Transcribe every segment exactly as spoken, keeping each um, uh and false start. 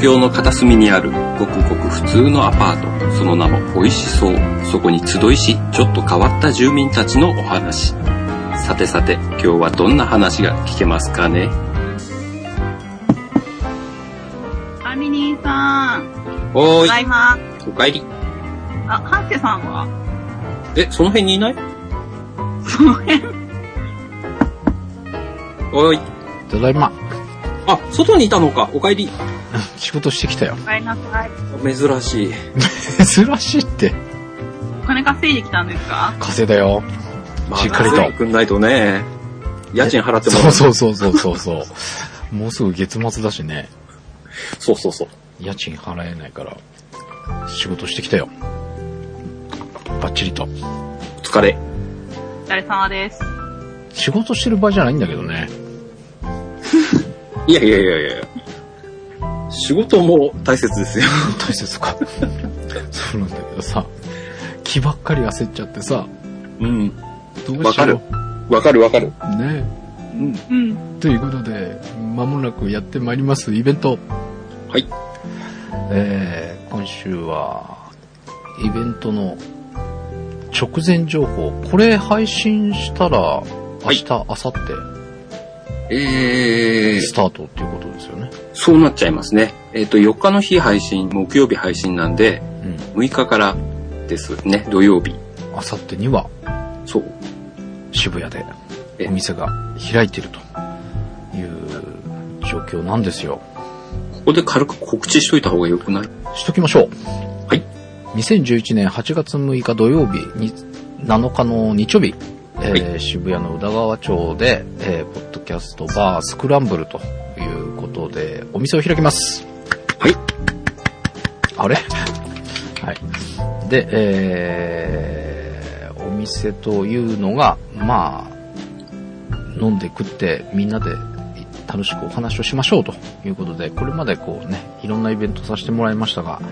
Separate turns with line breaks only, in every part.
京の片隅にあるごくごく普通のアパート、その名も美味しそう。そこに集いし、ちょっと変わった住民たちのお話。さてさて、今日はどんな話が聞けますかね。
アミニーさん。
おーい。
ただいま。
おかえり。
あ、ハンセさんは
え、その辺にいない？
その辺
おーい。
ただいま。
あ、外にいたのか。おかえり。
仕事してきたよ。
おかえりなさい。
珍しい。
珍しいって。
お金稼いできたんですか？
稼いだよ。
まあ、
しっかりと。
くんないとね。家賃払ってもらう。
そうそうそうそうそう。もうすぐ月末だしね。
そうそうそう。
家賃払えないから、仕事してきたよ。バッチリと。
お疲れ。
お疲れ様です。
仕事してる場合じゃないんだけどね。
いやいやいやいや。仕事も大切ですよ。
大切か。そうなんだけどさ、気ばっかり焦っちゃってさ。
うん。
どうしよう。
わかる。わかるわかる。
ね。
うん。うん。
ということで、間もなくやってまいりますイベント。
はい。
えー、今週は、イベントの直前情報。これ配信したら、明日、明後日、
えー、
スタートっていうことですよね。
そうなっちゃいますね。えっと、よっかの日配信、木曜日配信なんで、うん、むいかからですね、土曜日。
明後日には、
そう。
渋谷でお店が開いているという状況なんですよ。
ここで軽く告知しといた方がよくない？
しときましょう。
はい。
にせんじゅういちねんはちがつむいか土曜日になのかの日曜日、えーはい、渋谷の宇田川町で、えー、ポッドキャストバースクランブルということでお店を開きます。
はい。
あれ？はい。で、えー、お店というのがまあ飲んで食ってみんなで楽しくお話をしましょうということで、これまでこうねいろんなイベントさせてもらいましたが。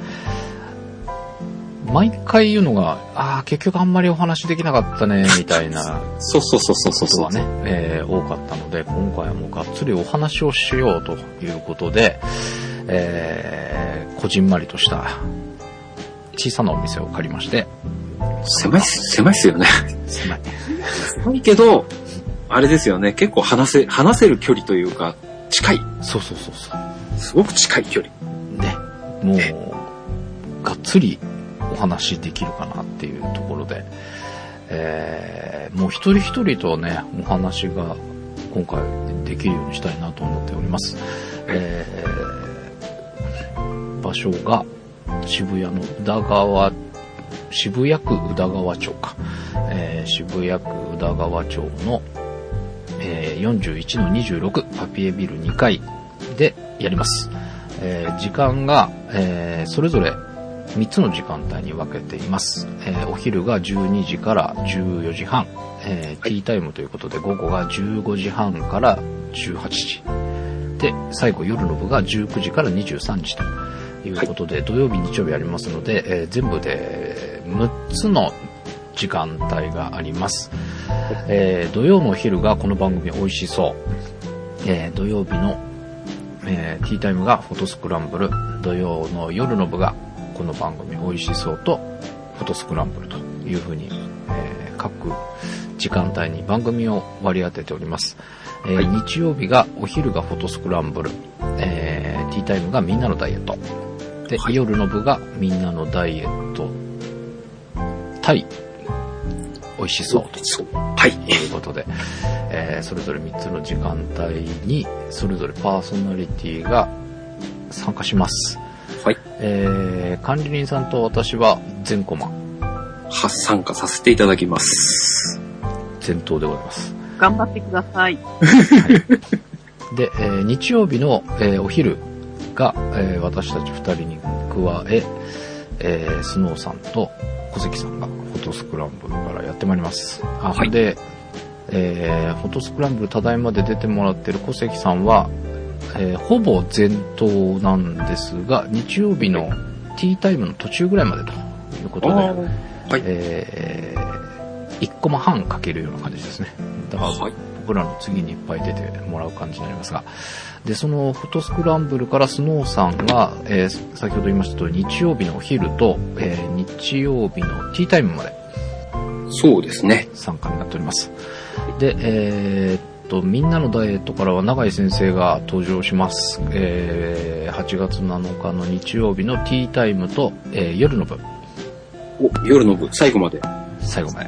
毎回言うのが、ああ、結局あんまりお話できなかったね、みたいな。
そうそうそうそうそう。
ことはね、えー、多かったので、今回はもうがっつりお話をしようということで、えー、こじんまりとした小さなお店を借りまして。
狭いっす、狭いっすよね。
狭い。
狭いけど、あれですよね、結構話せ、話せる距離というか、近い。
そうそうそうそう。
すごく近い距離。
ね、もう、がっつり、お話できるかなっていうところで、えー、もう一人一人とねお話が今回できるようにしたいなと思っております、えー、場所が渋谷の宇田川渋谷区宇田川町か、えー、渋谷区宇田川町の、えー、よんじゅういちのにじゅうろく パピエビルにかいでやります、えー、時間が、えー、それぞれみっつの時間帯に分けています、えー、お昼がじゅうにじからじゅうよじはん、えー、ティータイムということで午後がじゅうごじはんからじゅうはちじで最後夜の部がじゅうくじからにじゅうさんじということで、はい、土曜日日曜日ありますので、えー、全部でむっつの時間帯があります、えー、土曜のお昼がこの番組美味しそう、えー、土曜日の、えー、ティータイムがフォトスクランブル、土曜の夜の部がこの番組美味しそうとフォトスクランブルというふうに、えー、各時間帯に番組を割り当てております、えーはい、日曜日がお昼がフォトスクランブル、えー、ティータイムがみんなのダイエットで、はい、夜の部がみんなのダイエット対美味しそうと、はい、いうことで、えー、それぞれみっつの時間帯にそれぞれパーソナリティが参加します。はい、えー、管理人さんと私は全コマ
初参加させていただきます。
全頭でございます。
頑張ってください。
はい、で、えー、日曜日の、えー、お昼が、えー、私たちふたりに加ええー、スノーさんと小関さんがフォトスクランブルからやってまいります。あ、はい、で、えー、フォトスクランブルただいまで出てもらってる小関さんはえー、ほぼ全頭なんですが、日曜日のティータイムの途中ぐらいまでということで、はい、えー、いちコマ半かけるような感じですね。だから、はい、 僕らの次にいっぱい出てもらう感じになりますが、で、そのフォトスクランブルからスノーさんが、えー、先ほど言いましたとおり日曜日のお昼と、えー、日曜日のティータイムまで
そうですね。
参加になっております。で、えー、っと、みんなのダイエットからは永井先生が登場します。えー、はちがつなのかの日曜日のティータイムと、えー、夜の部。
お、夜の部、最後まで。
最後まで。はい。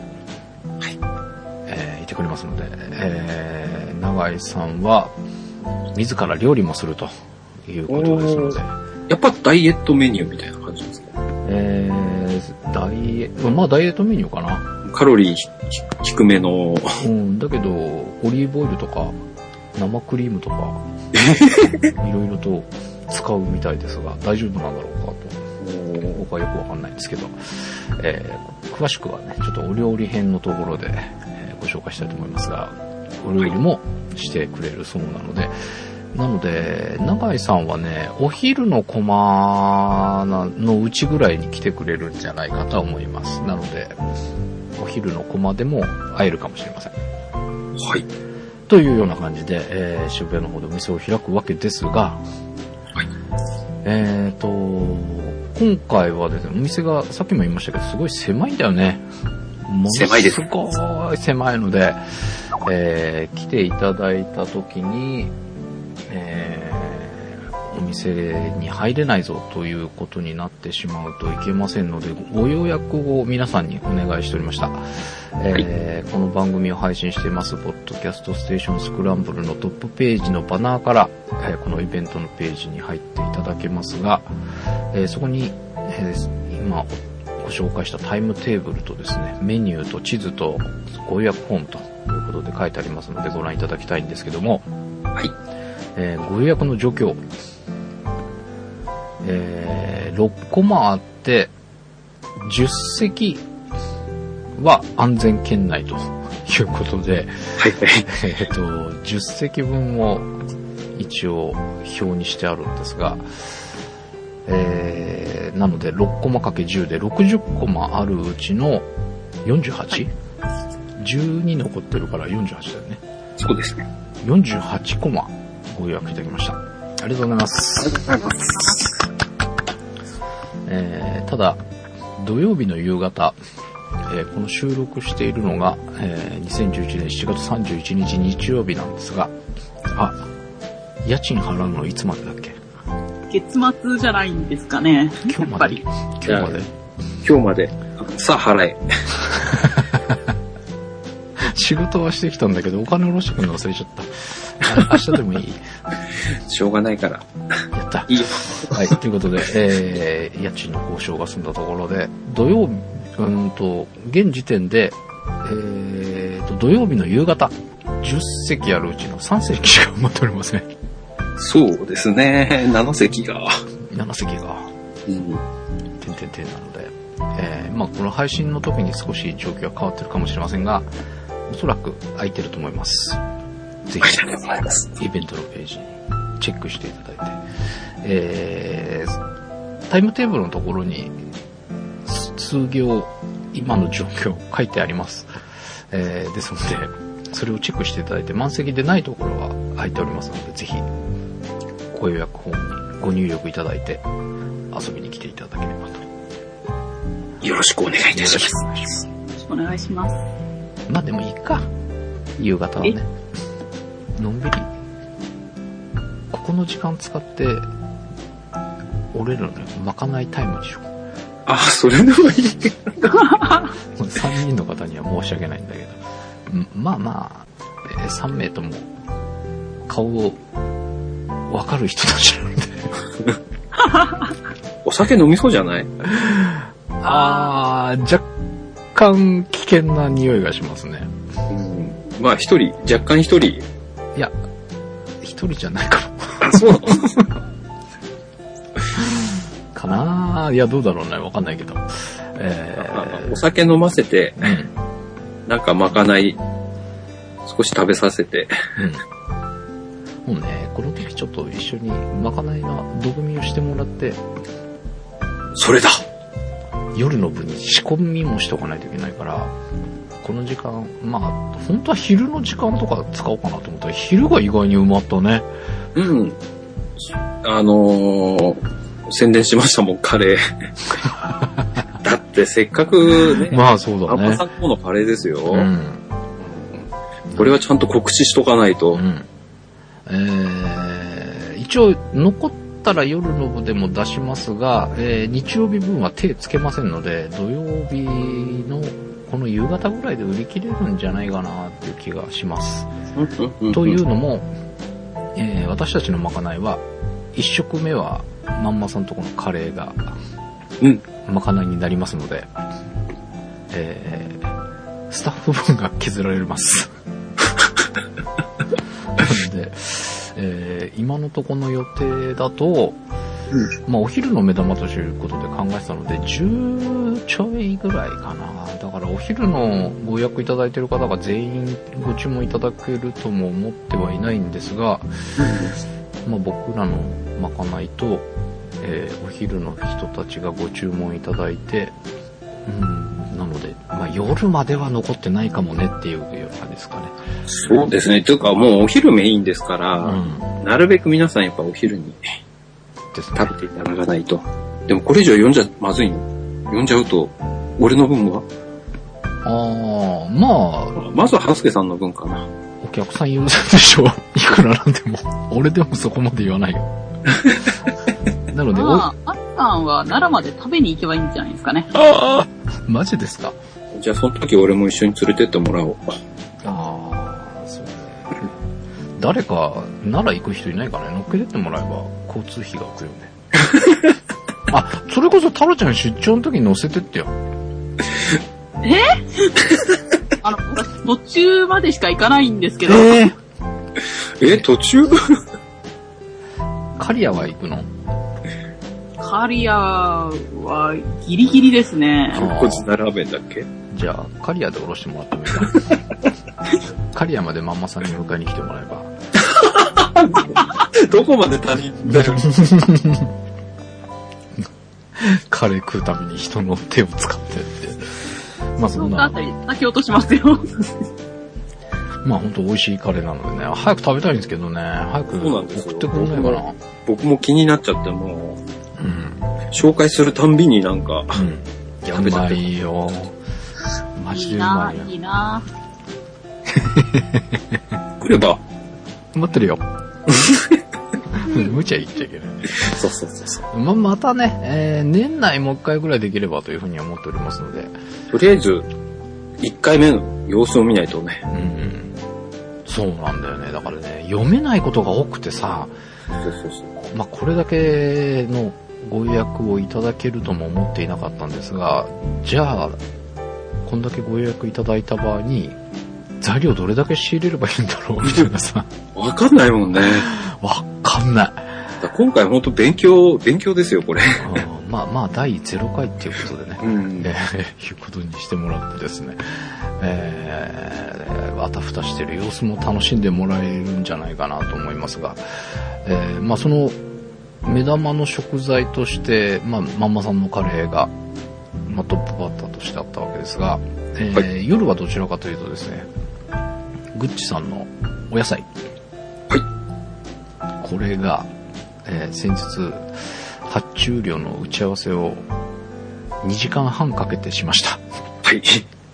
えー、いてくれますので、えー、永井さんは、自ら料理もするということですので。
やっぱダイエットメニューみたいな感じですか？
えー、ダイエット、まあダイエットメニューかな。
カロリー低めの。
うん、だけど、オリーブオイルとか、生クリームとか、いろいろと使うみたいですが、大丈夫なんだろうかと。僕はよくわかんないんですけど、えー、詳しくはね、ちょっとお料理編のところで、えー、ご紹介したいと思いますが、お料理もしてくれるそうなので、なので、永井さんはね、お昼のコマのうちぐらいに来てくれるんじゃないかと思います。なので、お昼のコマでも会えるかもしれません。
はい。
というような感じで、えー、渋谷の方でお店を開くわけですが、はい。えーと、今回はですね、お店がさっきも言いましたけど、すごい狭いんだよね。
狭いです。
すごい狭いので、えー、来ていただいた時に、えー、お店に入れないぞということになってしまうといけませんので、ご予約を皆さんにお願いしておりました。えーはい、この番組を配信しています、ポッドキャストステーションスクランブルのトップページのバナーから、えー、このイベントのページに入っていただけますが、えー、そこに、えー、今ご紹介したタイムテーブルとですね、メニューと地図とご予約フォームということで書いてありますのでご覧いただきたいんですけども、
はい。
えー、ご予約の状況、えー、ろっコマあってじゅっ席は安全圏内ということで、
はい、
えっとじゅっ席分を一応表にしてあるんですが、えー、なのでろっコマかけじゅうでろくじゅっコマあるうちの よんじゅうはち？じゅうに 残ってるからよんじゅうはちだよね。
そうですね。
よんじゅうはちコマご予約いただきました。ありがとうございます。
ありがとうございます。
えー、ただ土曜日の夕方、えー、この収録しているのが、えー、にせんじゅういちねんしちがつさんじゅういちにち日曜日なんですが、あ、家賃払うのいつまでだっけ？
月末じゃないんですかね。
今日まで？今日まで？
今日まで。さあ払え。
仕事はしてきたんだけど、お金下ろしてくるの忘れちゃった。明日でもいい？
しょうがないから。
やった。
いいよ。
はい、ということで、えー、家賃の交渉が済んだところで、土曜日、うんと、現時点で、えーと、土曜日の夕方、じゅっ席あるうちのさん席しか埋まっておりません。
そうですね。なな席が。
なな席が。
うん。
点々点なので、えー、まあこの配信の時に少し状況が変わってるかもしれませんが、おそらく空いてると思います。ぜひ、イベントのページにチェックしていただいて、えー、タイムテーブルのところに数行今の状況書いてあります。えー、ですので、それをチェックしていただいて、満席でないところは空いておりますので、ぜひご予約フォームにご入力いただいて遊びに来ていただければと。
よろしくお願いいたします。
よろしくお願いします。
まあでもいいか。夕方はね。のんびり。ここの時間使って、俺らのまかないタイムでしょ。
ああ、それでもいい。
さんにんの方には申し訳ないんだけど。まあまあ、さん名とも顔をわかる人たちなんで。
お酒飲みそうじゃない？
あー、若干危険な匂いがしますね。
うん、まあ一人、若干一人。い
や、一人じゃないかも。
あ、そう
かなぁ。いや、どうだろうね。わかんないけど。え
ー、お酒飲ませて、うん、なんかまかない少し食べさせて。
うん。もうね、この時ちょっと一緒にまかないのど組みをしてもらって。
それだ。
夜の部に仕込みもしておかないといけないから、 この時間、まあ、本当は昼の時間とか使おうかなと思ったら、昼が意外に埋まったね。
うん。あのー、宣伝しましたもん、カレー。だってせっかくね、
まあそうだね。
ママさんのカレーですよ。
うん。
これはちゃんと告知しとかないと。うん、
えー、一応残ったら夜の部でも出しますが、えー、日曜日分は手つけませんので、土曜日のこの夕方ぐらいで売り切れるんじゃないかなっていう気がします。というのも、えー、私たちのまかないは一食目はまんまさんとこのカレーが、うん、まかないになりますので、えー、スタッフ分が削られます。なので、えー、今のところの予定だと、うん、まあお昼の目玉ということで考えてたのでじゅうちょいぐらいかな。だからお昼のご予約いただいている方が全員ご注文いただけるとも思ってはいないんですが、うん、まあ僕らのまかないと、えー、お昼の人たちがご注文いただいて、うん、なので、まあ夜までは残ってないかもねっていうような感じですかね。
そうですね。というかもうお昼メインですから、うん、なるべく皆さんやっぱお昼にですね、食べていただかないと。でもこれ以上読んじゃまずいの。読んじゃうと、俺の分は
ああ、まあ。
まずは、はすけさんの分かな。
お客さん優先でしょ。いくらなんでも。俺でもそこまで言わないよ。なので、
まあ、あっさんは奈良まで食べに行けばいいんじゃないですかね。
ああ、マジですか。
じゃあその時俺も一緒に連れてってもらおう。
ああ、そうね。誰か奈良行く人いないかね。乗っけてってもらえば交通費が浮くよね。あ、それこそタロちゃん出張の時に乗せてってよ。
えあの、途中までしか行かないんですけど。
えー、
え、途中
カリアは行くの？
カリアはギリギリですね。
こちらラーメンだっけ？
じゃあ、カリアで降ろしてもらってもいいかカリアまでママさんに迎えに来てもらえば。
どこまで他人だよ。
カレー食うために人の手を使ってって。まあそんな。
そのあたり叩き落としますよ。
まあほんと美味しいカレーなのでね、早く食べたいんですけどね、早く送ってくれないかな。
僕も気になっちゃってもう、うん、紹介するたんびになんか、うん、
食べちゃって。うまいよ。マジでうまいよ。
いいな、
いいな。来れば
待ってるよ。無茶言っちゃいけない。
そうそうそうそう。
ま、またね、えー、年内もう一回ぐらいできればというふうに思っておりますので。
とりあえず、一回目の様子を見ないとね。うん。
そうなんだよね。だからね、読めないことが多くてさ、
そうそうそう。
まあ、これだけのご予約をいただけるとも思っていなかったんですが、じゃあ、こんだけご予約いただいた場合に、材料どれだけ仕入れればいいんだろうみたいなさ。
わかんないもんね。
わかんない。
今回本当勉強、勉強ですよ、これ。
まあまあ、だいゼロかいっていうことでね、うん、えー、いうことにしてもらってですね、えー、あたふたしてる様子も楽しんでもらえるんじゃないかなと思いますが、えー、まあその、目玉の食材として、まあ、まんまさんのカレーが、まあ、トップバッターとしてあったわけですが、えーはい、夜はどちらかというとですね、グッチさんのお野菜。
はい。
これが、えー、先日、発注量の打ち合わせをにじかんはんかけてしました。
はい。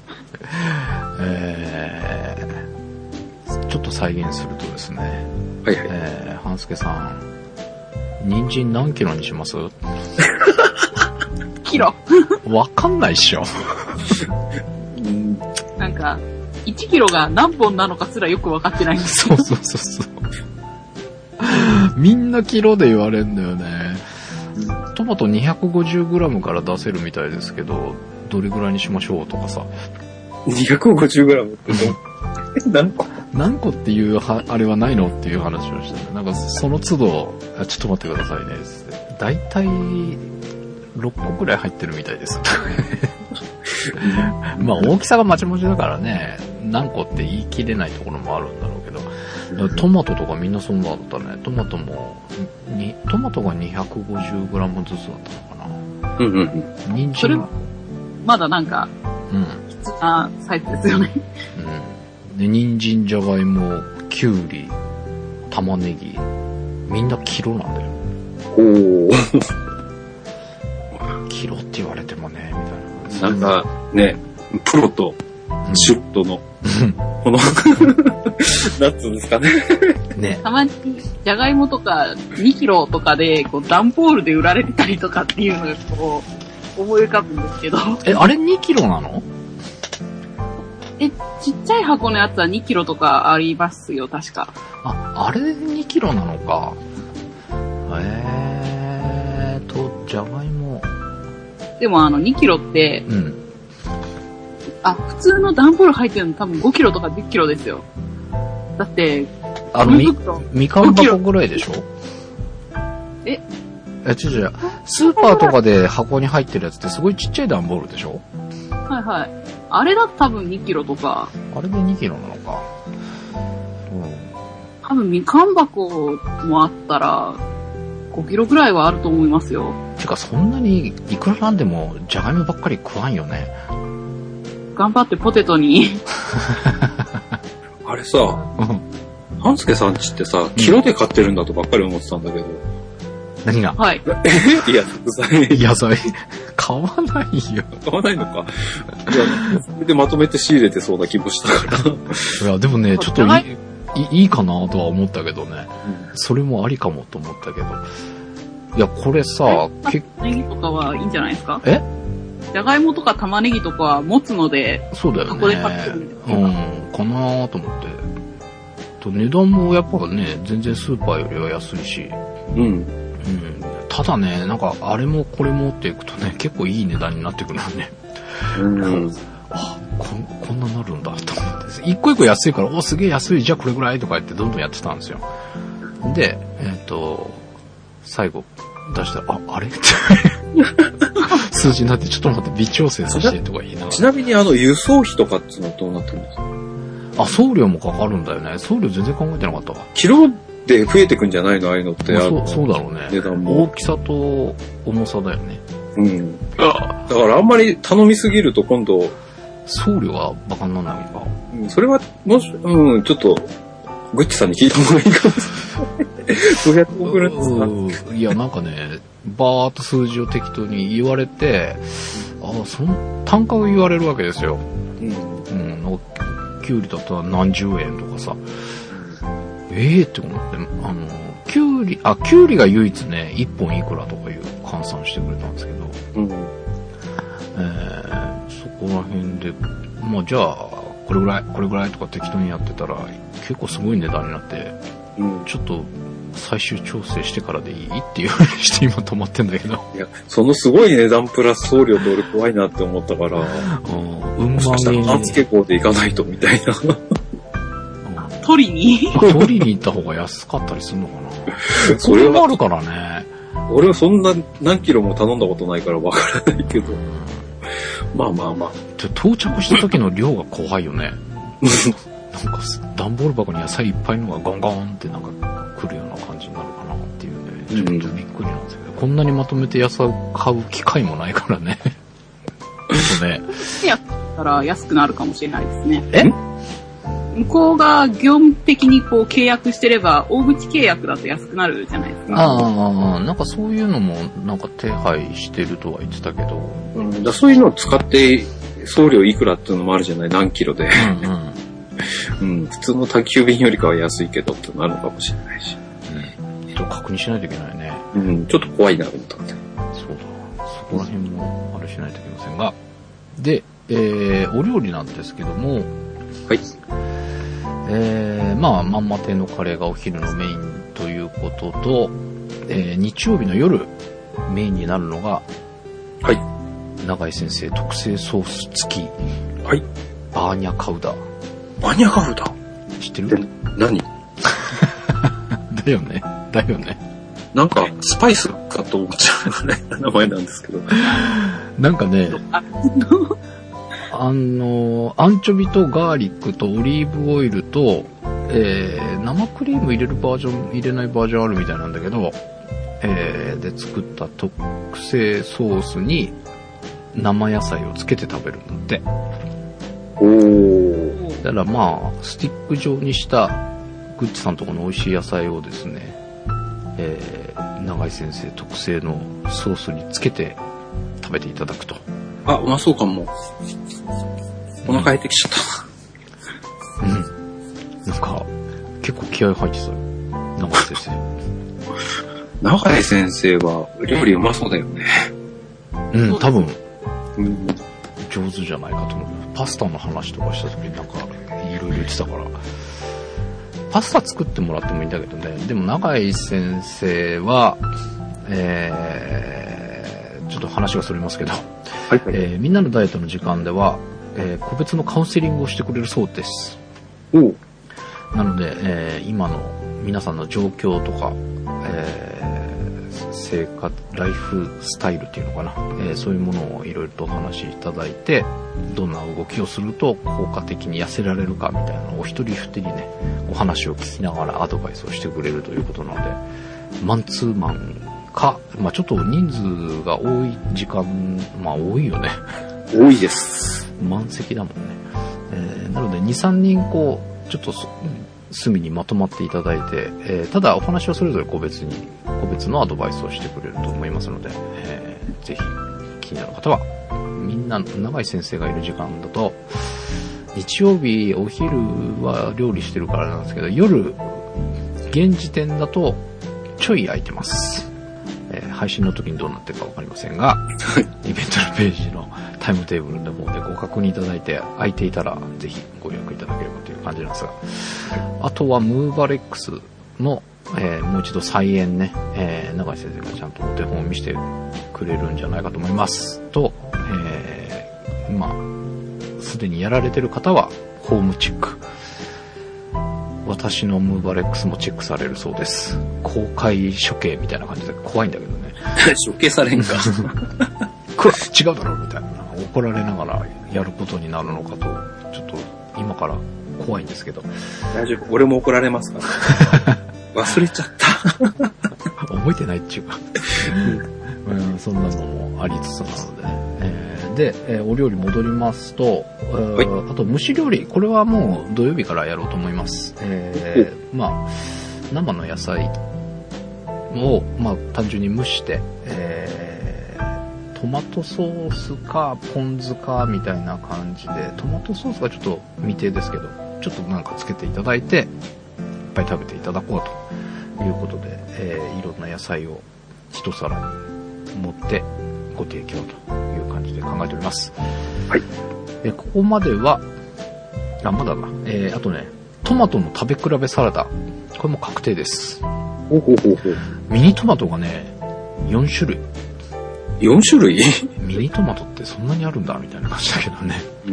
えー、ちょっと再現するとですね、
はいはい。
えー、半助さん、人参何キロにします？
キロ。
わかんないっしょ。
なんか、いちキロが何本なのかすらよくわかってないんですよ。
そうそうそうそう。みんなキロで言われんだよね。トマト にひゃくごじゅうグラム から出せるみたいですけど、どれぐらいにしましょうとかさ。
にひゃくごじゅうグラム って何個
何個っていうは、あれはないのっていう話をしてね。なんかその都度、あ、ちょっと待ってくださいね。だいたいろっこくらい入ってるみたいです。まあ大きさがまちまちだからね、何個って言い切れないところもあるんだろうけど、トマトとかみんなそんなだったね。トマトもにトマトが にひゃくごじゅうグラム ずつだったのかな。
うんうん。
人参
まだなんか
うん。
普通なサイズですよね。
うん。で、人参、じゃがいも、きゅうり、玉ねぎ、みんなキロなんだよ。
おー。
キロって言われてもね、みたいな。
なんか、ね、プロとシュットの、
うん、
この、なんつうんですかね。
ね。たまに、じゃがいもとかにキロとかで、こう、段ボールで売られてたりとかっていうのが、こう、思い浮かぶんですけど。
え、あれにキロなの？
え、ちっちゃい箱のやつはにキロとかありますよ、確か。
あ、あれでにキロなのか。えーと、じゃがいも。
でもあのにキロって、
うん。
あ、普通の段ボール入ってるの多分ごキロとかじゅっキロですよ。だって、
あの、み、みかん箱ぐらいでしょ？
え
え、違う違う。スーパーとかで箱に入ってるやつってすごいちっちゃい段ボールでしょ？
はいはい。あれだと多分にキロとか。
あれでにキロなのか。うん。
多分みかん箱もあったら、ごキロぐらいはあると思いますよ。
てかそんなにいくらなんでもじゃがいもばっかり食わんよね。
頑張ってポテトに。
あれさ、半助さんちってさ、キロで買ってるんだとばっかり思ってたんだけど。
何が？
はい。
いや、野菜。
野菜。買わないよ。
買わないのか。いや、それでまとめて仕入れてそうな気もしたから。
いや、でもね、ちょっといい、いいかなとは思ったけどね。うん、それもありかもと思ったけど。いや、これさ、
結構。ネギとかはいいんじゃないですか？
え？
じゃがいもとか玉ねぎとかは持つので、
そうだよね。
箱で買ってるんですよ。
うん、かなと思って。と値段もやっぱね、全然スーパーよりは安いし。
うん。
うん。ただね、なんかあれもこれもっていくとね、結構いい値段になってくるよね。
うん。
あ、こん、こんななるんだと思って。一個一個安いから、お、すげえ安い、じゃあこれぐらいとか言ってどんどんやってたんですよ。で、えっと、最後出したら、あ、あれって数字になって、ちょっと待って、微調整させてとか言いながら。
ちなみにあの、輸送費とかっていうのはどうなってるんですか？
あ、送料もかかるんだよね。送料全然考えてなかったわ。
キロで増えてくんじゃないの？ああいうのって。
そう、そうだろうね。値段も。大きさと重さだよね。
うん。だからあんまり頼みすぎると今度、
送料はバカにならないか。
うん、それは、もし、うん、ちょっと、グッチさんに聞いた方がいいかもしれない。どうやって送るんですか？
いや、なんかね、バーっと数字を適当に言われて、あ、その、単価を言われるわけですよ。うん。うん。なんかキュウリだったら何十円とかさ。ええー、って思って、あの、キュウリ、あ、キュウリが唯一ね、一本いくらとかいう換算してくれたんですけど、うん。えー、そこら辺で、まあじゃあ、これぐらい、これぐらいとか適当にやってたら、結構すごい値段になって、うん、ちょっと、最終調整してからでいいっていうふうにして今止まってんだけど。
いや、そのすごい値段プラス送料って俺怖いなって思ったから、うん、うん、もしかしたら半付港で行かないとみたいな。
取りに
取りに行った方が安かったりするのかな。それもあるからね。
俺はそんな何キロも頼んだことないからわからないけど。まあまあまあ。
到着した時の量が怖いよね。なんか段ボール箱に野菜いっぱいのがゴンゴンってなんか来るような感じになるかなっていうね。ちょっとびっくりなんですけど、うん、こんなにまとめて野菜を買う機会もないからね。ちょっとね。
やったら安くなるかもしれないですね。
え？
向こうが業務的にこう契約してれば、大口契約だと安くなるじゃないですか。
ああ、なんかそういうのもなんか手配してるとは言ってたけど。
うん、だそういうのを使って送料いくらっていうのもあるじゃない、何キロで。うんうんうん、普通の宅急便よりかは安いけどってなるのかもしれないし。
うん。えっと、確認しないといけないね。
うん、ちょっと怖いなと思ったんで。
そうだ。そこら辺もあれしないといけませんが。で、えー、お料理なんですけども。
はい。
えー、まあ、まんま亭のカレーがお昼のメインということと、えー、日曜日の夜、メインになるのが、
はい。
永井先生特製ソース付き。
はい。
バーニャカウダ。
バーニャカウダ
知ってる？
何
だよね。だよね。
なんか、スパイスかと思っちゃうね。名前なんですけど。
なんかね、あの、アンチョビとガーリックとオリーブオイルと、えー、生クリーム入れるバージョン、入れないバージョンあるみたいなんだけど、えー、で作った特製ソースに、 生野菜をつけて食べるんだって。
おー。
だからまあ、スティック状にしたグッチさんとこの美味しい野菜をですね、えー、永井先生特製のソースにつけて食べていただくと。
あ、うまそうかも。お腹減ってきちゃった。
うん。なんか、結構気合入ってたよ。永井先生。
永井先生は料理うまそうだよね。
うん、多分、
うん、
上手じゃないかと思う。パスタの話とかした時になんか、いろいろ言ってたから、パスタ作ってもらってもいいんだけどね。でも永井先生は、えー、ちょっと話がそれますけど、はいはい、えー、みんなのダイエットの時間では、えー、個別のカウンセリングをしてくれるそうです。
お
なので、えー、今の皆さんの状況とか、えー、生活、ライフスタイルっていうのかな、えー、そういうものをいろいろとお話しいただいて、どんな動きをすると効果的に痩せられるかみたいなのをお一人一人ね、お話を聞きながらアドバイスをしてくれるということなので、マンツーマンか、まあちょっと人数が多い時間、まあ多いよね。
多いです。
満席だもんね。えー、なのでに、さんにんこう、ちょっと隅にまとまっていただいて、えー、ただお話はそれぞれ個別に、個別のアドバイスをしてくれると思いますので、えー、ぜひ気になる方は、みんな永井先生がいる時間だと、日曜日お昼は料理してるからなんですけど、夜、現時点だとちょい空いてます。えー、配信の時にどうなってるかわかりませんが、イベントのページのタイムテーブルの方でご確認いただいて、空いていたらぜひご予約いただければという感じなんですが、あとはムーバレックスの、えー、もう一度再演ね、えー、永井先生がちゃんとお手本を見せてくれるんじゃないかと思いますと、えー、まあすでにやられてる方はホームチェック、私のムーバレックスもチェックされるそうです。公開処刑みたいな感じで怖いんだけどね。
処刑されんか
これ違うだろうみたいな、怒られながらやることになるのかと、ちょっと今から怖いんですけど。
大丈夫、俺も怒られますから忘れちゃった
覚えてないっていうか、うん、そんなのもありつつなので、えー、で、えー、お料理戻りますと、えーはい、あと蒸し料理、これはもう土曜日からやろうと思います。えー、まあ生の野菜をまあ単純に蒸して、えー、トマトソースかポン酢かみたいな感じで、トマトソースはちょっと未定ですけど、ちょっとなんかつけていただいていっぱい食べていただこうということで、えー、いろんな野菜を一皿に盛ってご提供という感じで考えております。
はい。
で、ここまでは、あ、まだだな。えー、あとね、トマトの食べ比べサラダ。これも確定です。
ほうほうほうほう。
ミニトマトがね、よん種類。
よん種類
ミニトマトってそんなにあるんだみたいな感じだけどね。
うん。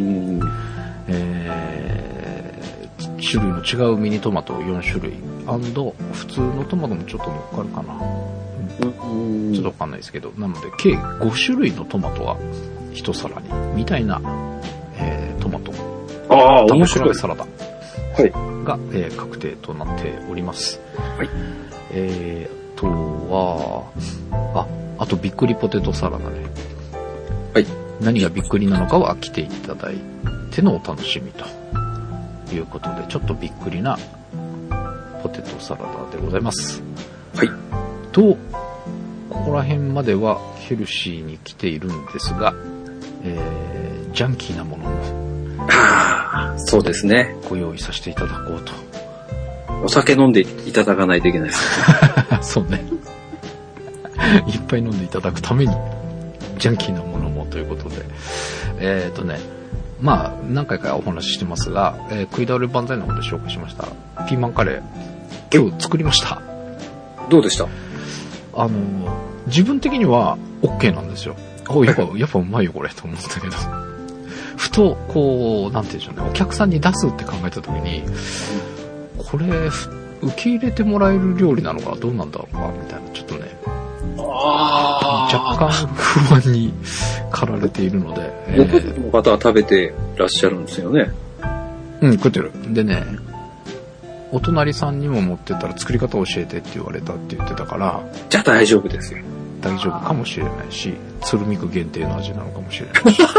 えー、種類の違うミニトマトよん種類。普通のトマトもちょっと乗っかるかな。うん、ちょっとわかんないですけど、なので計ご種類のトマトが一皿にみたいな、えー、トマト
ああ面白い
サラダが、はい、えー、確定となっております。
はい。
えー、あとはああとびっくりポテトサラダね。
はい。
何がびっくりなのかは来ていただいてのお楽しみということで、ちょっとびっくりなポテトサラダでございます。
はい。
と、ここら辺まではヘルシーに来ているんですが、えー、ジャンキーなものも、
ああ、そうですね。
ご用意させていただこうと。
お酒飲んでいただかないといけないですね。
そうね。いっぱい飲んでいただくために、ジャンキーなものもということで、えーとね、まあ何回かお話ししてますが、えー、食い倒れ万歳の方で紹介しましたピーマンカレー、今日作りました。
どうでした？
あの自分的には OK なんですよ。おやっぱやっぱうまいよこれと思ったけど、ふとこうなんていうんでしょうね、お客さんに出すって考えた時に、これ受け入れてもらえる料理なのかどうなんだろうかみたいな、ちょっとね、
あ
若干不安に駆られているので、
ご家族の方は食べてらっしゃるんですよね。
うん、食ってる。でね、お隣さんにも持ってったら作り方教えてって言われたって言ってたから、
じゃあ大丈夫ですよ。
大丈夫かもしれないし、鶴見区限定の味なのかもしれないし。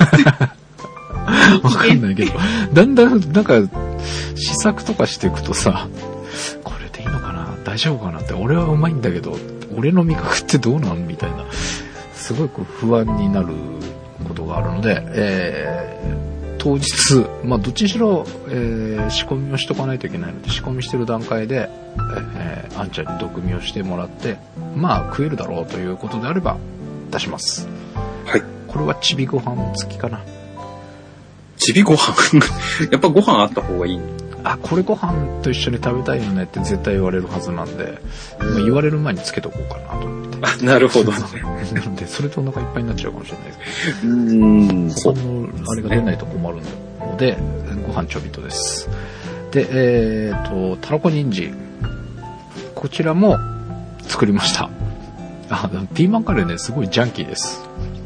わかんないけど、だんだんなんか試作とかしていくとさ、これでいいのかな、大丈夫かなって、俺はうまいんだけど、俺の味覚ってどうなんみたいな、すごく不安になることがあるので、えー、当日、まあどっちにしろ、えー、仕込みをしとかないといけないので、仕込みしてる段階で、えー、あんちゃんに毒味をしてもらって、まあ食えるだろうということであれば出します。
はい。
これはちびご飯付きかな。
ちびご飯やっぱご飯あった方がいいの？
あ、これご飯と一緒に食べたいよねって絶対言われるはずなんで、まあ、言われる前につけとこうかなと思って。
あ、なるほど。な
ので、それとお腹いっぱいになっちゃうかもしれないですけど。
うーん。
他のあれが出ないと困るので、ご飯ちょびっとです。で、えっと、たらこ人参。こちらも作りました。あ、ピーマンカレーね、すごいジャンキーです。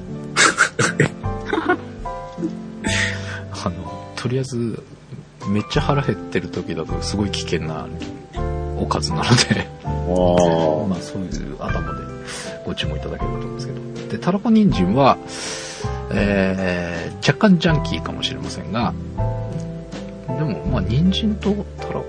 あの、とりあえず、めっちゃ腹減ってる時だとすごい危険なおかずなのでまあそういう頭でご注文いただければと思うんですけど。で、たらこ人参は、えー、若干ジャンキーかもしれませんが、でもまあ人参とたら、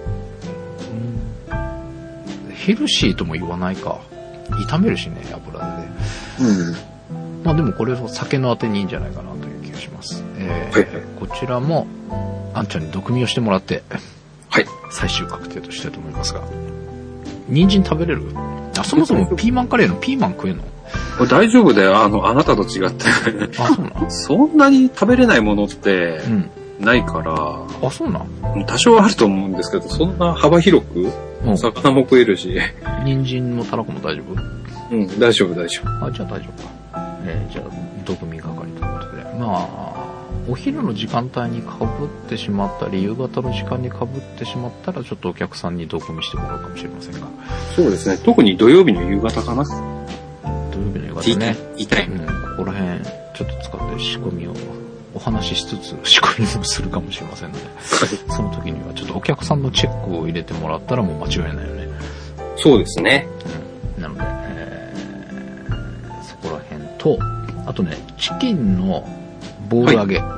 うん、ヘルシーとも言わないか。炒めるしね、油で。うん。まあでもこれは酒のあてにいいんじゃないかなという気がします。えーはい、こちらも、あんちゃんに毒味をしてもらって、はい。最終確定としたいと思いますが。人参食べれる？あ、そもそもピーマンカレーのピーマン食えんの？
これ大丈夫だよ。あの、あなたと違って。
あ、そうなの？
そんなに食べれないものって、ないから、
うん。あ、そうなの？
多少あると思うんですけど、そんな幅広く、うん、魚も食えるし。
人参もたらこも大丈夫？
うん、大丈夫、大丈夫。
あ、じゃあ大丈夫か。えー、じゃあ、毒味係ということで。まあ、お昼の時間帯に被ってしまったり、夕方の時間に被ってしまったら、ちょっとお客さんに毒味してもらうかもしれませんが。
そうですね。特に土曜日の夕方かな。
土曜日の夕方ね。
痛い。
うん、ここら辺、ちょっと使って仕込みを、お話ししつつ仕込みもするかもしれませんので、その時にはちょっとお客さんのチェックを入れてもらったらもう間違いないよね。
そうですね。
うん、なので、えー、そこら辺と、あとね、チキンのボール揚げ。はい、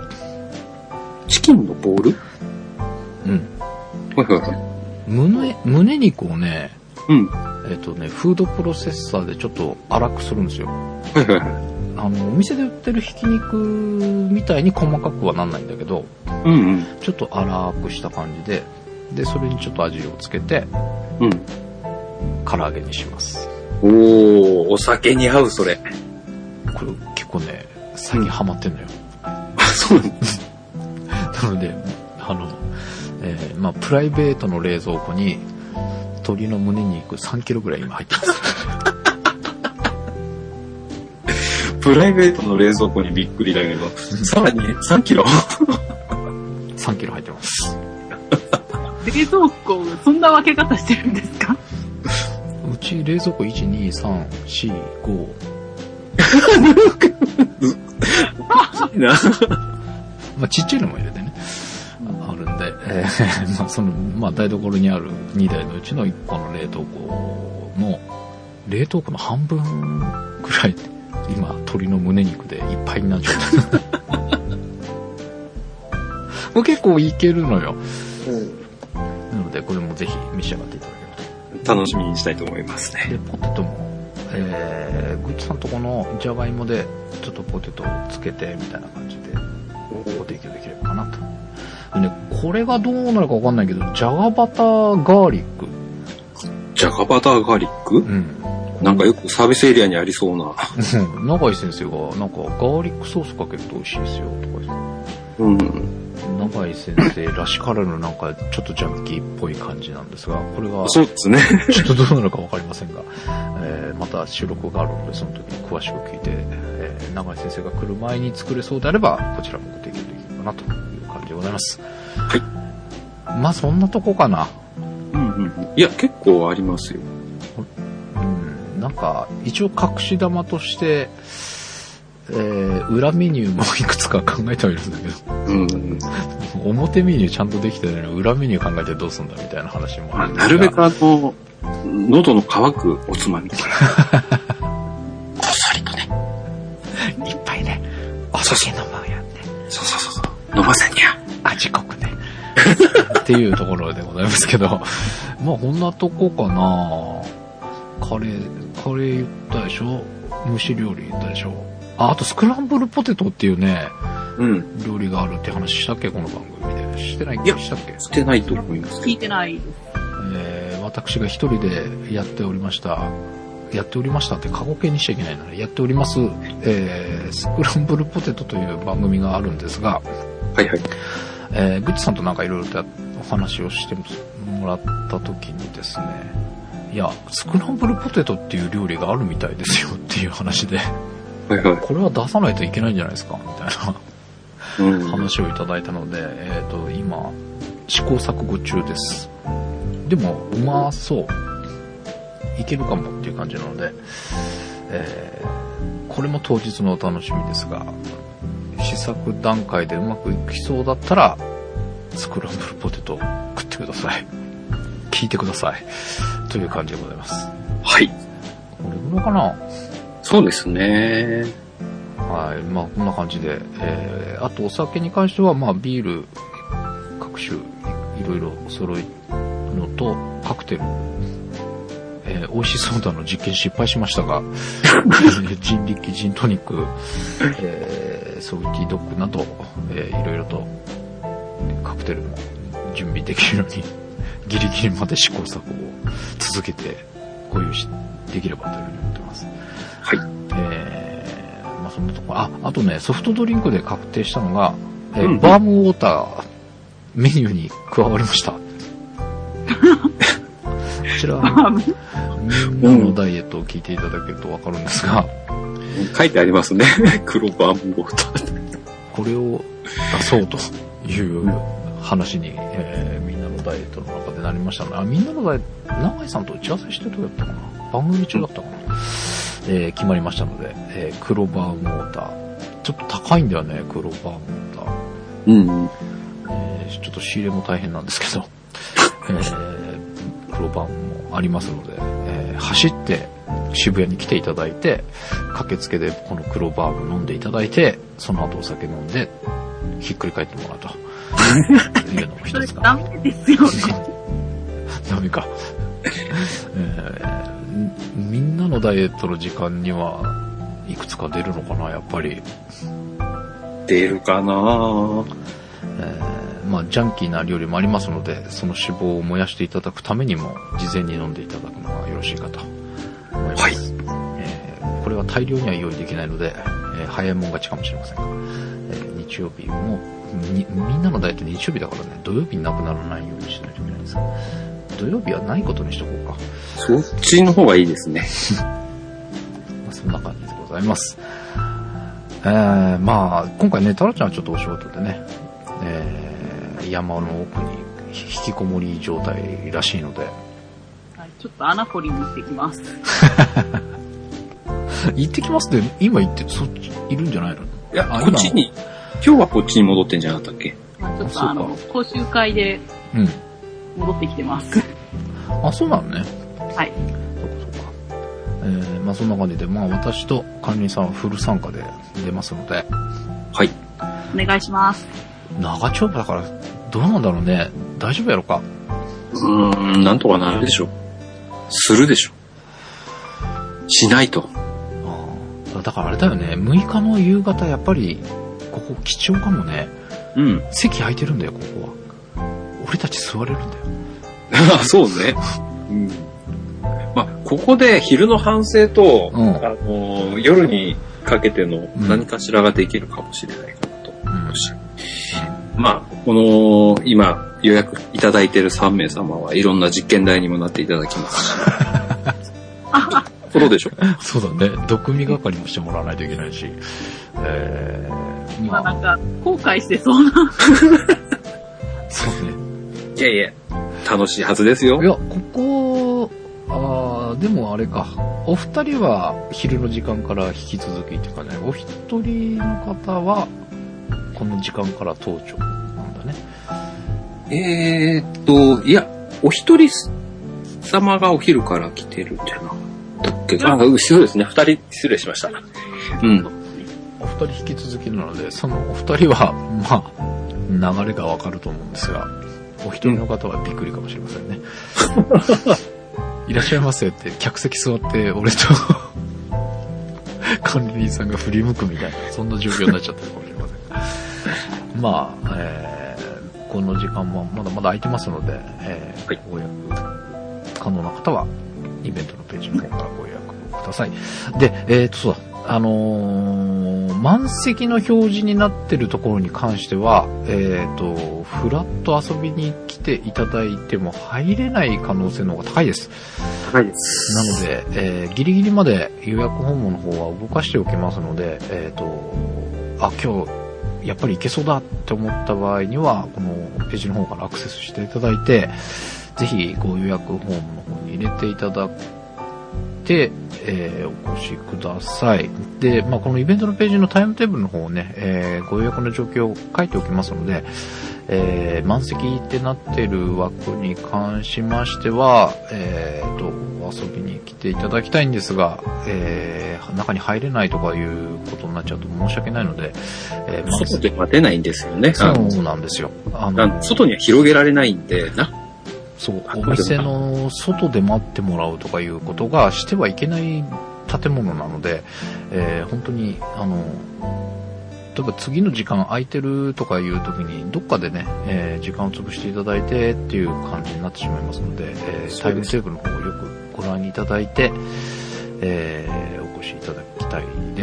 チキンのボール？
うん。
はいはいはい。
胸、胸肉をね、
うん。
えっとね、フードプロセッサーでちょっと粗くするんですよ。
はいはいはい。
あの、お店で売ってるひき肉みたいに細かくはなんないんだけど、
うんうん。
ちょっと粗くした感じで、で、それにちょっと味をつけて、
うん。
唐揚げにします。
おー、お酒に合う、それ。
これ結構ね、最近ハマってんのよ。
あ、そうなんです。
なので、あの、えー、まあ、プライベートの冷蔵庫に、鶏の胸肉さんキロぐらい今入ってます。
プライベートの冷蔵庫にびっくりだけど、さらにさんキロ ?
さんキロ入ってます。
冷蔵庫、そんな分け方してるんですか？
うち冷蔵庫いち、に、さん、よん、ご。
いいな。
まあちっちゃいのも入れてね。あるんで、えー、まあその、まあ台所にあるにだいのうちのいっこの冷凍庫の、冷凍庫の半分くらい、今、鶏の胸肉でいっぱいになっちゃった。これ結構いけるのよ。うん、なので、これもぜひ召し上がっていただければ
と。楽しみにしたいと思いますね。
で、ポテトも、えー、ぐっちさんとこのじゃがいもで、ちょっとポテトをつけて、みたいな感じで、ご提供できればかなと。でね、これがどうなるかわかんないけど、じゃがバターガーリック。
じゃがバターガーリック？うん。なんかよくサービスエリアにありそうな。
永井先生が、なんかガーリックソースかけると美味しいですよ、とか
言って。うん。
永井先生らしからぬなんかちょっとジャンキーっぽい感じなんですが、これが、
そうですね。
ちょっとどうなるかわかりませんが、えー、また収録があるので、その時に詳しく聞いて、えー、永井先生が来る前に作れそうであれば、こちらもご提供できるかなという感じでございます。
はい。
まあそんなとこかな。
うんうん。いや、結構ありますよ。
うん。なんか、一応隠し玉として、えー、裏メニューもいくつか考えてはいるんだけど、うんうん、表メニューちゃんとできてないのに裏メニュー考えてどうすんだみたいな話もあるんですが、
なるべくあの、喉の渇くおつまみ。
酒飲まんやって。
そうそうそうそう。飲ませんにゃ。
味濃くね。っていうところでございますけど。まあ、こんなとこかな。カレー、カレー言ったでしょ。蒸し料理言ったでしょ。あ、あとスクランブルポテトっていうね、うん。料理があるって話したっけこの番組で。してないっけしたっけ
してないと思います。
聞いてない。
えー、私が一人でやっておりました。やっておりましたって過去形にしちゃいけないので、やっております、えー、スクランブルポテトという番組があるんですが、
はいはい。
えー、グッチさんとなんかいろいろとお話をしてもらった時にですね、いや、スクランブルポテトっていう料理があるみたいですよっていう話で、
はいはい。
これは出さないといけないんじゃないですかみたいな話をいただいたので、えっと、今、試行錯誤中です。でも、うまそう。いけるかもっていう感じなので、えー、これも当日のお楽しみですが、試作段階でうまくいきそうだったら、スクランブルポテトを食ってください。聞いてください。という感じでございます。
はい。
これぐらいかな？
そうですね。
はい。まあ、こんな感じで、えー、あとお酒に関しては、まあ、ビール、各種、いろいろお揃いのと、カクテル、えー、美味しソーダの実験失敗しましたが、ジンリッキ、ジントニック、えー、ソルティドッグなど、えー、いろいろとカクテルも準備できるようにギリギリまで試行錯誤を続けてご用意できればというふうに思ってます。
はい。
えー、まあそんなところ、あ、あとね、ソフトドリンクで確定したのが、えーうん、バームウォーターメニューに加わりました。こちら、みんなのダイエットを聞いていただけるとわかるんですが、
書いてありますね。黒バームウォーター。
これを出そうという話に、えー、みんなのダイエットの中でなりましたので、あ、みんなのダイエット、長井さんと打ち合わせしてる時だったかな、番組中だったかな、えー、決まりましたので、えー、黒バームウォーター。ちょっと高いんだよね、黒バームウォーター。
うん。
えー、ちょっと仕入れも大変なんですけど、えー黒バームもありますので、えー、走って渋谷に来ていただいて、駆けつけでこの黒バーム飲んでいただいて、その後お酒飲んでひっくり返ってもらうというのも一つかな。
それダメですよね。
ダメか、えー。みんなのダイエットの時間にはいくつか出るのかな、やっぱり。
出るかな、
えーまあ、ジャンキーな料理もありますので、その脂肪を燃やしていただくためにも、事前に飲んでいただくのがよろしいかと思います。はい。えー、これは大量には用意できないので、えー、早いもん勝ちかもしれませんが、えー、日曜日もみ、みんなのダイエット日曜日だからね、土曜日になくならないようにしないといけないんですが、土曜日はないことにしとこうか。
そっちの方がいいですね。
まあそんな感じでございます。えー、まあ、今回ね、タラちゃんはちょっとお仕事でね、えー山の奥に引きこもり状態らしいので、
はい、ちょっと穴掘りに行ってきます。
行ってきますって今行ってそっちいるんじゃないの？い
や、こっちに今日はこっちに戻ってんじゃなかったっけ？
まあ、ちょっとあの講習会で戻ってきてます。
うん、あ、そうなのね。
はい。
そうかそうか。えー、まあそんな感じで、まあ私と管理さんはフル参加で出ますので、
はい。
お願いします。
長丁場だから。どうなんだろうね。大丈夫やろか。
うーん、なんとかなるでしょ。するでしょ。しないと。
ああ、だからあれだよね。むいかの夕方やっぱりここ貴重かもね。
うん。
席空いてるんだよここは。俺たち座れるんだよ。
あ、そうね。うん。まあここで昼の反省と、うん、あの夜にかけての何かしらができるかもしれないかなと思うし。うんうん、まあ。この、今、予約いただいているさんめい様はいろんな実験台にもなっていただきますし。そうでしょ？
そうだね。毒味係もしてもらわないといけないし。え
ー、今なんか、後悔してそうな。
そうね。
いやいや、楽しいはずですよ。
いや、ここ、あー、でもあれか。お二人は昼の時間から引き続きっていうかね、お一人の方は、この時間から登場。
えーっと、いや、お一人様がお昼から来てるんじゃなかったっけ？あ、そうですね。二人失礼しました。うん。
お二人引き続きなので、そのお二人は、まあ、流れがわかると思うんですが、お一人の方はびっくりかもしれませんね。いらっしゃいませって客席座って俺と管理人さんが振り向くみたいな、そんな状況になっちゃってるかもしれません。まあ、えー、この時間もまだまだ空いてますので、えー、はい、ご予約可能な方はイベントのページの方からご予約ください。で、えーと、そうだ、あのー、満席の表示になってるところに関しては、えーと、フラッと遊びに来ていただいても入れない可能性の方が高いです。
高いです。
なので、えー、ギリギリまで予約訪問の方は動かしておきますので、えーと、あ、今日、やっぱり行けそうだって思った場合には、このページの方からアクセスしていただいて、ぜひご予約フォームの方に入れていただいて、えー、お越しください。で、まあ、このイベントのページのタイムテーブルの方をね、えー、ご予約の状況を書いておきますので、えー、満席ってなっている枠に関しましては、えーと、遊びに来ていただきたいんですが、えー、中に入れないとかいうことになっちゃうと申し訳ないので、
えー、外では出ないんですよね。
そうなんですよ。
あの、外には広げられないんでな。
そう、お店の外で待ってもらうとかいうことがしてはいけない建物なので、えー、本当に、あの、例えば次の時間空いてるとかいう時にどっかでね、えー、時間を潰していただいてっていう感じになってしまいますので、えー、タイムテーブルの方をよくご覧いただいて、えー、お越しいただきたいです。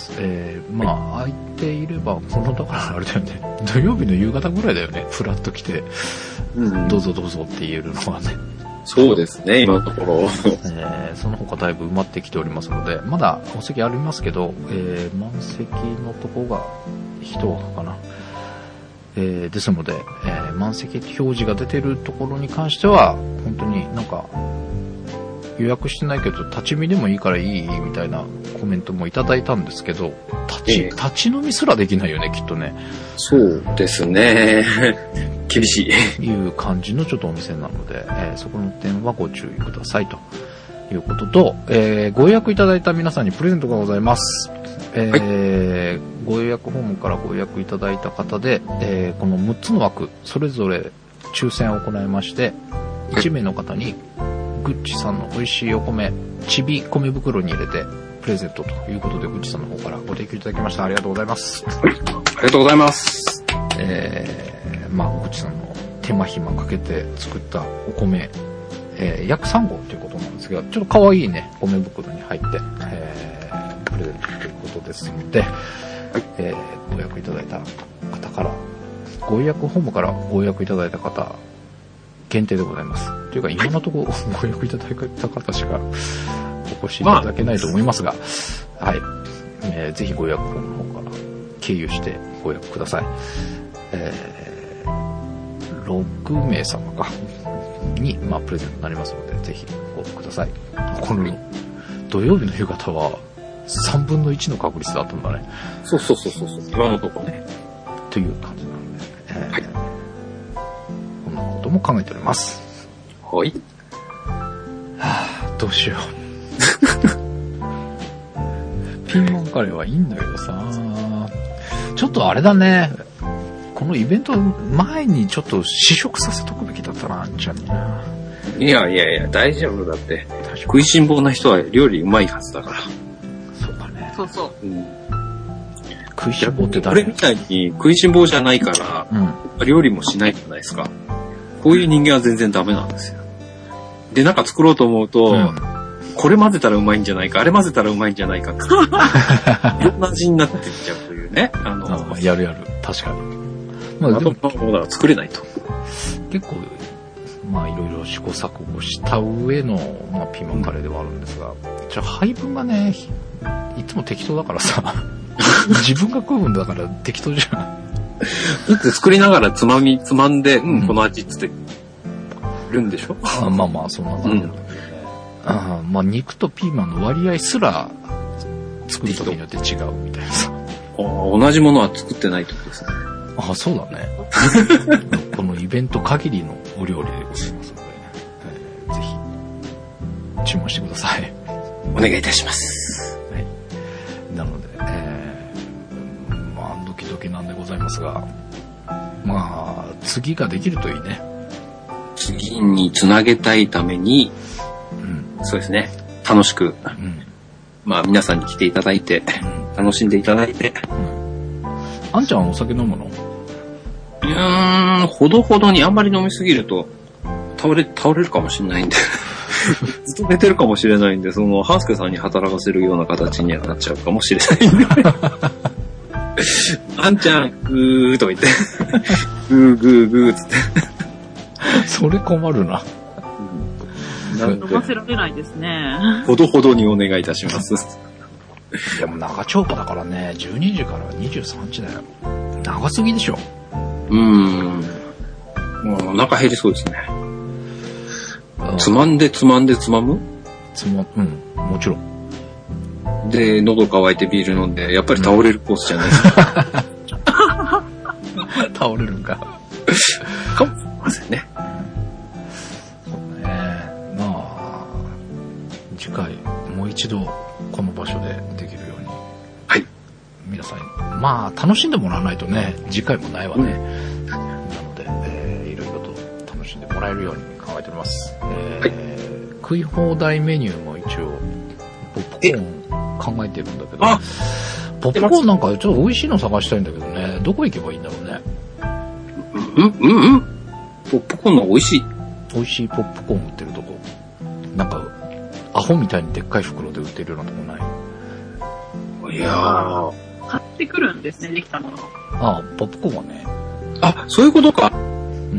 えー、まあ、空いていれば、この、だからあれだよね、土曜日の夕方ぐらいだよね、フラッと来て、うん、どうぞどうぞって言えるのはね。
そうですね、今のところ。
えー、その他だいぶ埋まってきておりますので、まだお席ありますけど、えー、満席のとこが一枠かな。えー、ですので、えー、満席表示が出てるところに関しては、本当になんか、予約してないけど、立ち見でもいいからいいみたいなコメントもいただいたんですけど、立ち、えー、立ち飲みすらできないよね、きっとね。
そうですね。厳しい。
いう感じのちょっとお店なので、えー、そこの点はご注意くださいということと、えー、ご予約いただいた皆さんにプレゼントがございます。えーはい、ご予約フォームからご予約いただいた方で、えー、このむっつの枠、それぞれ抽選を行いまして、いち名の方に、グッチさんの美味しいお米、ちび米袋に入れてプレゼントということで、グッチさんの方からご提供いただきました。ありがとうございます。
ありがとうございます。
えー、まあ、グッチさんの手間暇かけて作ったお米、えー、約さん合ということなんですが、ちょっと可愛いね、米袋に入って、えー、プレゼントということですので、はい、えー、ご予約いただいた方から、ご予約フォームからご予約いただいた方、限定でございます。というか、今のところご予約いただいた方しかお越しいただけないと思いますが、まあ、はい、えー。ぜひご予約フォームの方から経由してご予約ください。えー、ろく名様かに、まあ、プレゼントになりますので、ぜひご応募ください。この土曜日の夕方はさんぶんのいちの確率だったんだね。
そうそうそうそう、今のところね。
という感じなので、えーはい、こんなことも考えております。
はい。
はぁ、どうしよう。ピーマンカレーはいいんだけどさ、ちょっとあれだね。このイベント前にちょっと試食させとくべきだったな、あんちゃんにな。
いやいやいや、大丈夫だって。食いしん坊な人は料理うまいはずだから。
そうだね。
そうそう。うん、
食いしん坊って誰？
これみたいに食いしん坊じゃないから、うん、料理もしないじゃないですか。こういう人間は全然ダメなんですよ。で、なんか作ろうと思うと、うん、これ混ぜたらうまいんじゃないか、あれ混ぜたらうまいんじゃないかって、いろんな味になっていっちゃうというね。あの、
あ、やるやる。確かに。
まあ、でも、まだ作れないと。
結構、まあ、いろいろ試行錯誤した上の、まあ、ピーマンカレーではあるんですが、じゃあ配分がね、いつも適当だからさ、自分が食う分だから適当じゃん。
だって作りながらつまみ、つまんで、うん、うん、この味っつってるんでしょ？
あ、まあまあ、そんな感じなんだけどね。うん、あ、まあ、肉とピーマンの割合すら、作る時によって違うみたいなさ。
同じものは作ってないってことですね。
あ、そうだね。このイベント限りのお料理でございますので、えー、ぜひ注文してください。
お願いいたします。
はい。なので、えー、 けなんでございますが、まあ、次ができるといいね。
次につなげたいために、うん、そうですね、楽しく、うん、まあ皆さんに来ていただいて、うん、楽しんでいただいて、うん、
あんちゃんお酒飲むの？
うーん、ほどほどにあんまり飲みすぎると倒れ、倒れるかもしれないんでずっと寝てるかもしれないんで、その、ハンスケさんに働かせるような形にはなっちゃうかもしれないんであんちゃん、ぐーとか言ってぐーぐーぐーつって
それ困るな。
飲ませられないですね。
ほどほどにお願いいたします
でも長丁場だからね、じゅうにじからにじゅうさんじだよ。長すぎでしょ。
うーん。もうお腹減りそうですね。つまんでつまんでつまむ？
つま、うん、もちろん。
で、喉乾いてビール飲んで、やっぱり倒れるコースじゃないですか。
倒れるんか。
かもしれませんね。
そうね。まあ、次回、もう一度、この場所でできるように。
はい。
皆さんに、まあ、楽しんでもらわないとね、次回もないわね。うん、なので、えー、いろいろと楽しんでもらえるように考えております。えーはい、食い放題メニューも一応、ポップコーン考えてるんだけど、ポップコーンなんかちょっと美味しいの探したいんだけどね、どこ行けばいいんだろうね。
うんうんうん。ポップコーンの美味しい。
美味しいポップコーン売ってるとこ。なんか、アホみたいにでっかい袋で売ってるようなとこない？
いやー。
買ってくるんですね、できたもの。
ああ、ポップコーンはね。
あ、そういうことか。
うん。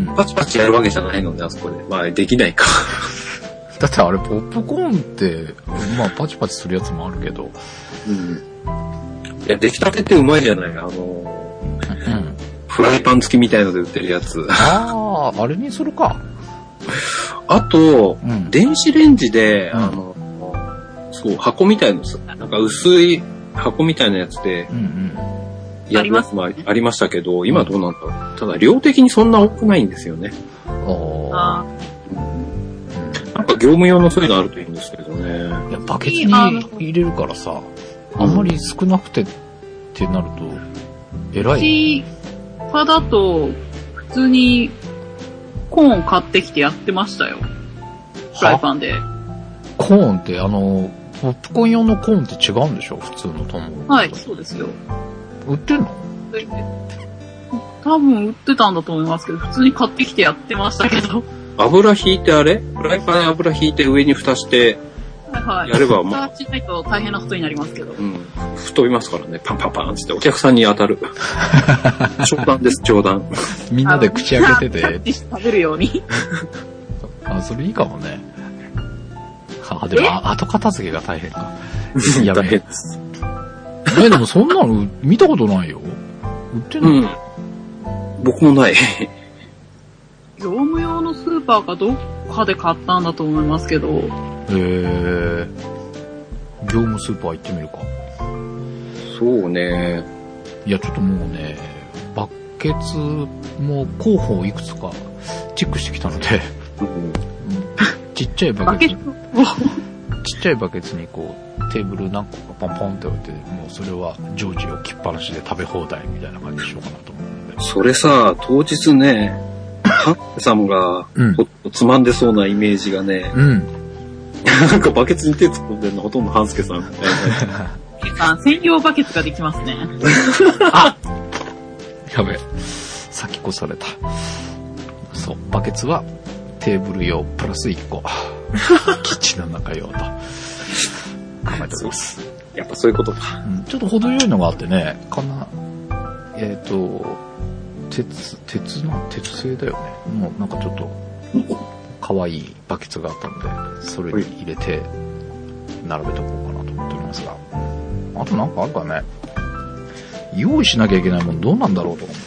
パチパチやるわけじゃないのね、あそこで。まあ、できないか。
だってあれ、ポップコーンって、まあ、パチパチするやつもあるけど。
うん。いや、出来たてってうまいじゃない。あのー、うん。フライパン付きみたいので売ってるやつ。
ああ、あれにするか。
あと、うん、電子レンジで、うん、あの、そう、箱みたいのさ、なんか薄い箱みたいなやつで、うんうん、やるやつもありましたけど、今どうなんだろう。ただ、量的にそんな多くないんですよね。ああ。なんか業務用のそういうのあるといいんですけどね。
いや、バケツに入れるからさ、あんまり少なくてってなると、偉い。
他だと、普通にコーン買ってきてやってましたよ。フライパンで。
コーンってあの、ポップコーン用のコーンって違うんでしょ？普通のトンボ。
はい、そうですよ。
売ってんの？
多分売ってたんだと思いますけど、普通に買ってきてやってましたけど。
油引いてあれ？フライパンに油引いて上に蓋して、はいはい。やればもう。
蓋しないと大変なことになりますけど。
うん。吹っ飛びますからね。パンパンパンってお客さんに当たる。冗談です、冗談。
みんなで口開けてて。
キャッチして食べるように。
あ、それいいかもね。あ、でも後片付けが大変か。やべえ。え、でもそんなの見たことないよ。売ってんの？うん。
僕もない。
業務用のスーパーかどっかで買ったんだと思いますけど。へ
ー。業務スーパー行ってみるか。
そうね。
いや、ちょっともうね、バケツも候補いくつかチェックしてきたので、うん、ちっちゃいバケツ、ちっちゃいバケツにこう、テーブル何個かポンポンって置いて、もうそれは常時置きっぱなしで食べ放題みたいな感じにしようかなと思うんで。
それさ、当日ね、ハンさんが、うん、つまんでそうなイメージがね、うん、なんかバケツに手突っ込んでるのほとんど半助さんみたいな。
あ、専用バケツができますね。
あ、やべえ。先越された。そう、バケツはテーブル用プラスいっこ。キッチンの中用と考えております。
やっぱそういうことか。
うん、ちょっと程よいのがあってね、かな、えっ、ー、と、鉄、鉄の、鉄製だよね。もうなんかちょっと、可愛いバケツがあったので、それに入れて、並べておこうかなと思っておりますが。あとなんかあるかね。用意しなきゃいけないものどうなんだろうと思って。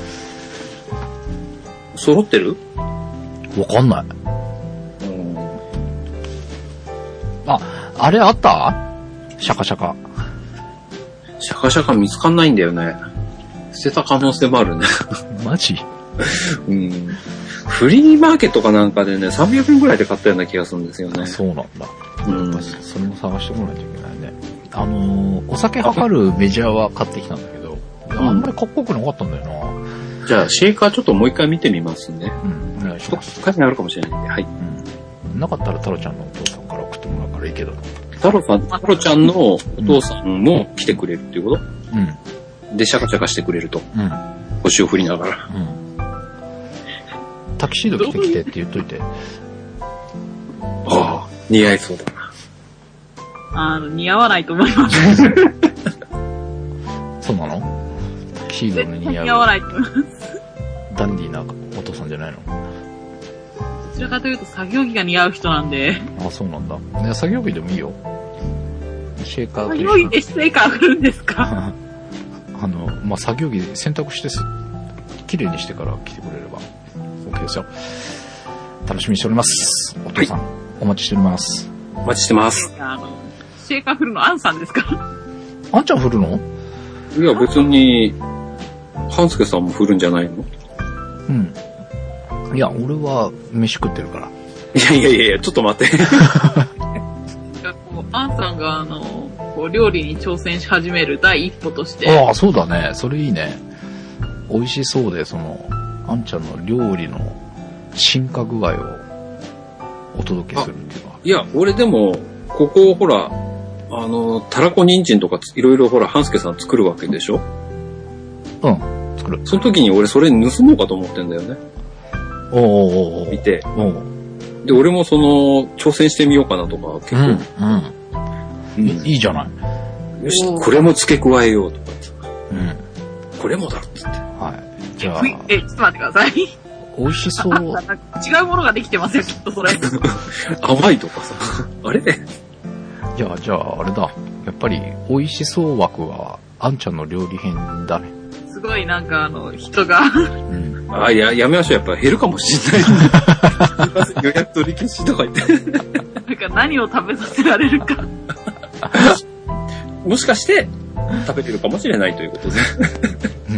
揃ってる？
わかんない。うん、あ、あれあった？シャカシャカ。
シャカシャカ見つかんないんだよね。捨てた可能性もあるね。
マジ？
うん。フリーマーケットかなんかでね、さんびゃくえんぐらいで買ったような気がするんですよね。
そうなんだ。うん。それも探してこないといけないね。あのー、お酒測るメジャーは買ってきたんだけど、 や、あんまりかっこよくなかったんだよな。
じゃあ、シェイカーちょっともう一回見てみますね。
うん、お願いします。
他にあるかもしれないんで、はい。
うん。なかったら太郎ちゃんのお父さんから送ってもらうからいいけど。
太郎さん、太郎ちゃんのお父さんも来てくれるっていうこと？うん。で、シャカシャカしてくれると。うん。星を振りながら。うん。
タキシード着てきてって言っといて。
ああ、似合いそうだな。
あの、似合わないと思います。
そうなの？タキシードに似合う。
似合わないと思います。
ダンディーなお父さんじゃないの？
どちらかというと作業着が似合う人なんで。
あ、そうなんだ。ね、作業着でもいいよ。シェイカーと
作業着でシェイカー振るんですか？
あの、まあ、作業着洗濯してす、綺麗にしてから来てくれれば OK ですよ。楽しみにしております。お父さん、はい、お待ちしております。
お待ちしてます。
あの、シェイカー振るのアンさんですか？
アンちゃん振るの？
いや、別に、半助さんも振るんじゃないの？
うん。いや、俺は飯食ってるから。
いやいやいやいや、ちょっと待って。
こうアンさんが、あの、こう料理に挑戦し始める第一歩として。
ああ、そうだね。それいいね。美味しそうで、その、あんちゃんの料理の進化具合をお届けするっていうのは。
いや、俺でも、ここほら、あの、たらこ人参とかいろいろほら、半助さん作るわけでしょ？
うん、作る。
その時に俺それ盗もうかと思ってんだよね。
おーおーおー
見て。おーで、俺もその、挑戦してみようかなとか、結構。
うん、うん。いいじゃない。
よし、これも付け加えようとかって。
うん。
これもだろって言って。
はい。じゃあ。
え、ちょっと待ってください。
美味しそう。違
うものができてますよ、きっとそれ。
甘いとかさ。あれ？
じゃあ、じゃあ、あれだ。やっぱり、美味しそう枠は、あんちゃんの料理編だね。
すごいなんかあの、人が。うん。
あ、いや、やめましょう。やっぱ減るかもしれない。予約取り消しとか言って。
なんか何を食べさせられるか。
もしかして、食べてるかもしれないということで。
うん。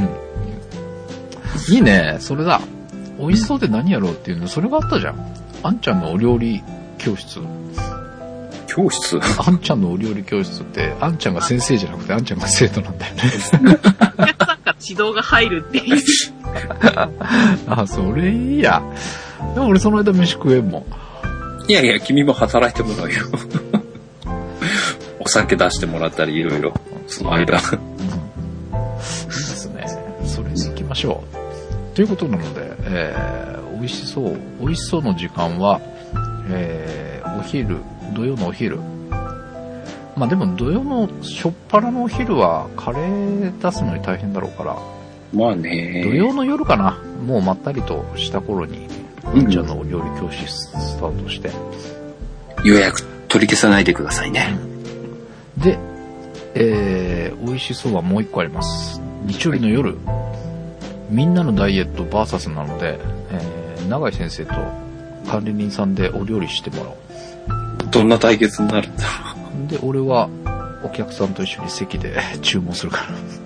いいね。それだ。美味しそうで何やろうっていうの、それがあったじゃん。あんちゃんのお料理教室。
教室？
あんちゃんのお料理教室って、あんちゃんが先生じゃなくて、あんちゃんが生徒なんだよね。
お客さんが指導が入るっていう。
あ、それいいや。でも俺その間飯食えんもん。
いやいや、君も働いてもらうよ。お酒出してもらったり、いろいろ。その間。うん。いい
ですね。それに行きましょう。ということなので、えー、美味しそう。美味しそうの時間は、えー、お昼、土曜のお昼。まあでも土曜のしょっぱらのお昼はカレー出すのに大変だろうから。
まあね。
土曜の夜かな。もうまったりとした頃に、あんちゃんのお料理教室スタートして。
予約取り消さないでくださいね。
うん、で、えー、美味しそうはもう一個あります。日曜日の夜。はい、みんなのダイエットバーサスなので、えー、永井先生と管理人さんでお料理してもらおう。
どんな対決になるんだろ
う。で、俺はお客さんと一緒に席で注文するから。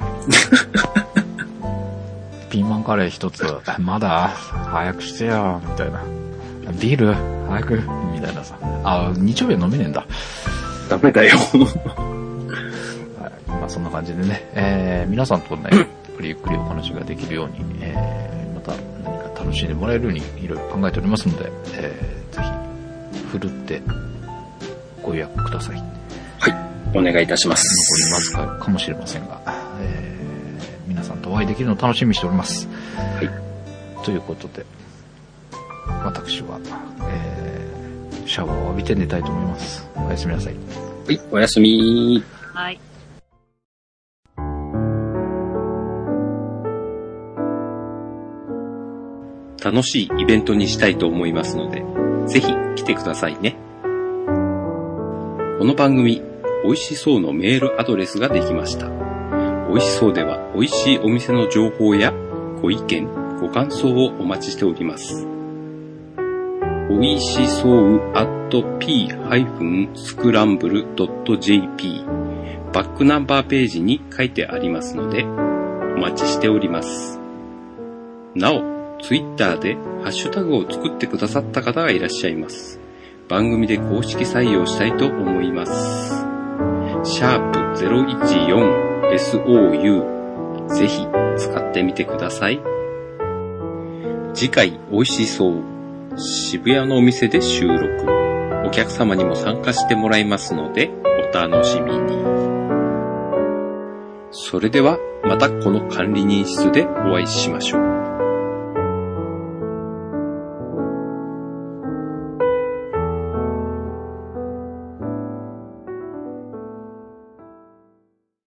ピーマンカレー一つ、まだ早くしてよ、みたいな。ビール早く、みたいなさ。あ、日曜日は飲めねえんだ。
ダメだよ。はい、
まあそんな感じでね、えー、皆さんとね、ゆっくりゆっくりお話ができるように、えー、また何か楽しんでもらえるようにいろいろ考えておりますので、えー、ぜひ、ふるってご予約ください。
はい、お願いいたします。
残りわずかかもしれませんが、えー、皆さんとお会いできるのを楽しみにしております。はい。ということで、私は、えー、シャワーを浴びて寝たいと思います。おやすみなさい。
はい、おやすみ。
はい。
楽しいイベントにしたいと思いますので、ぜひ来てくださいね。この番組、美味しそうのメールアドレスができました。美味しそうでは美味しいお店の情報やご意見、ご感想をお待ちしております。おいしそう アット ピー スクランブル ドット ジェーピー バックナンバーページに書いてありますので、お待ちしております。なお、ツイッターでハッシュタグを作ってくださった方がいらっしゃいます。番組で公式採用したいと思います。シャープゼロいちよんエスオーユーぜひ使ってみてください。次回美味しそう渋谷のお店で収録、お客様にも参加してもらいますのでお楽しみに。それではまたこの管理人室でお会いしましょう。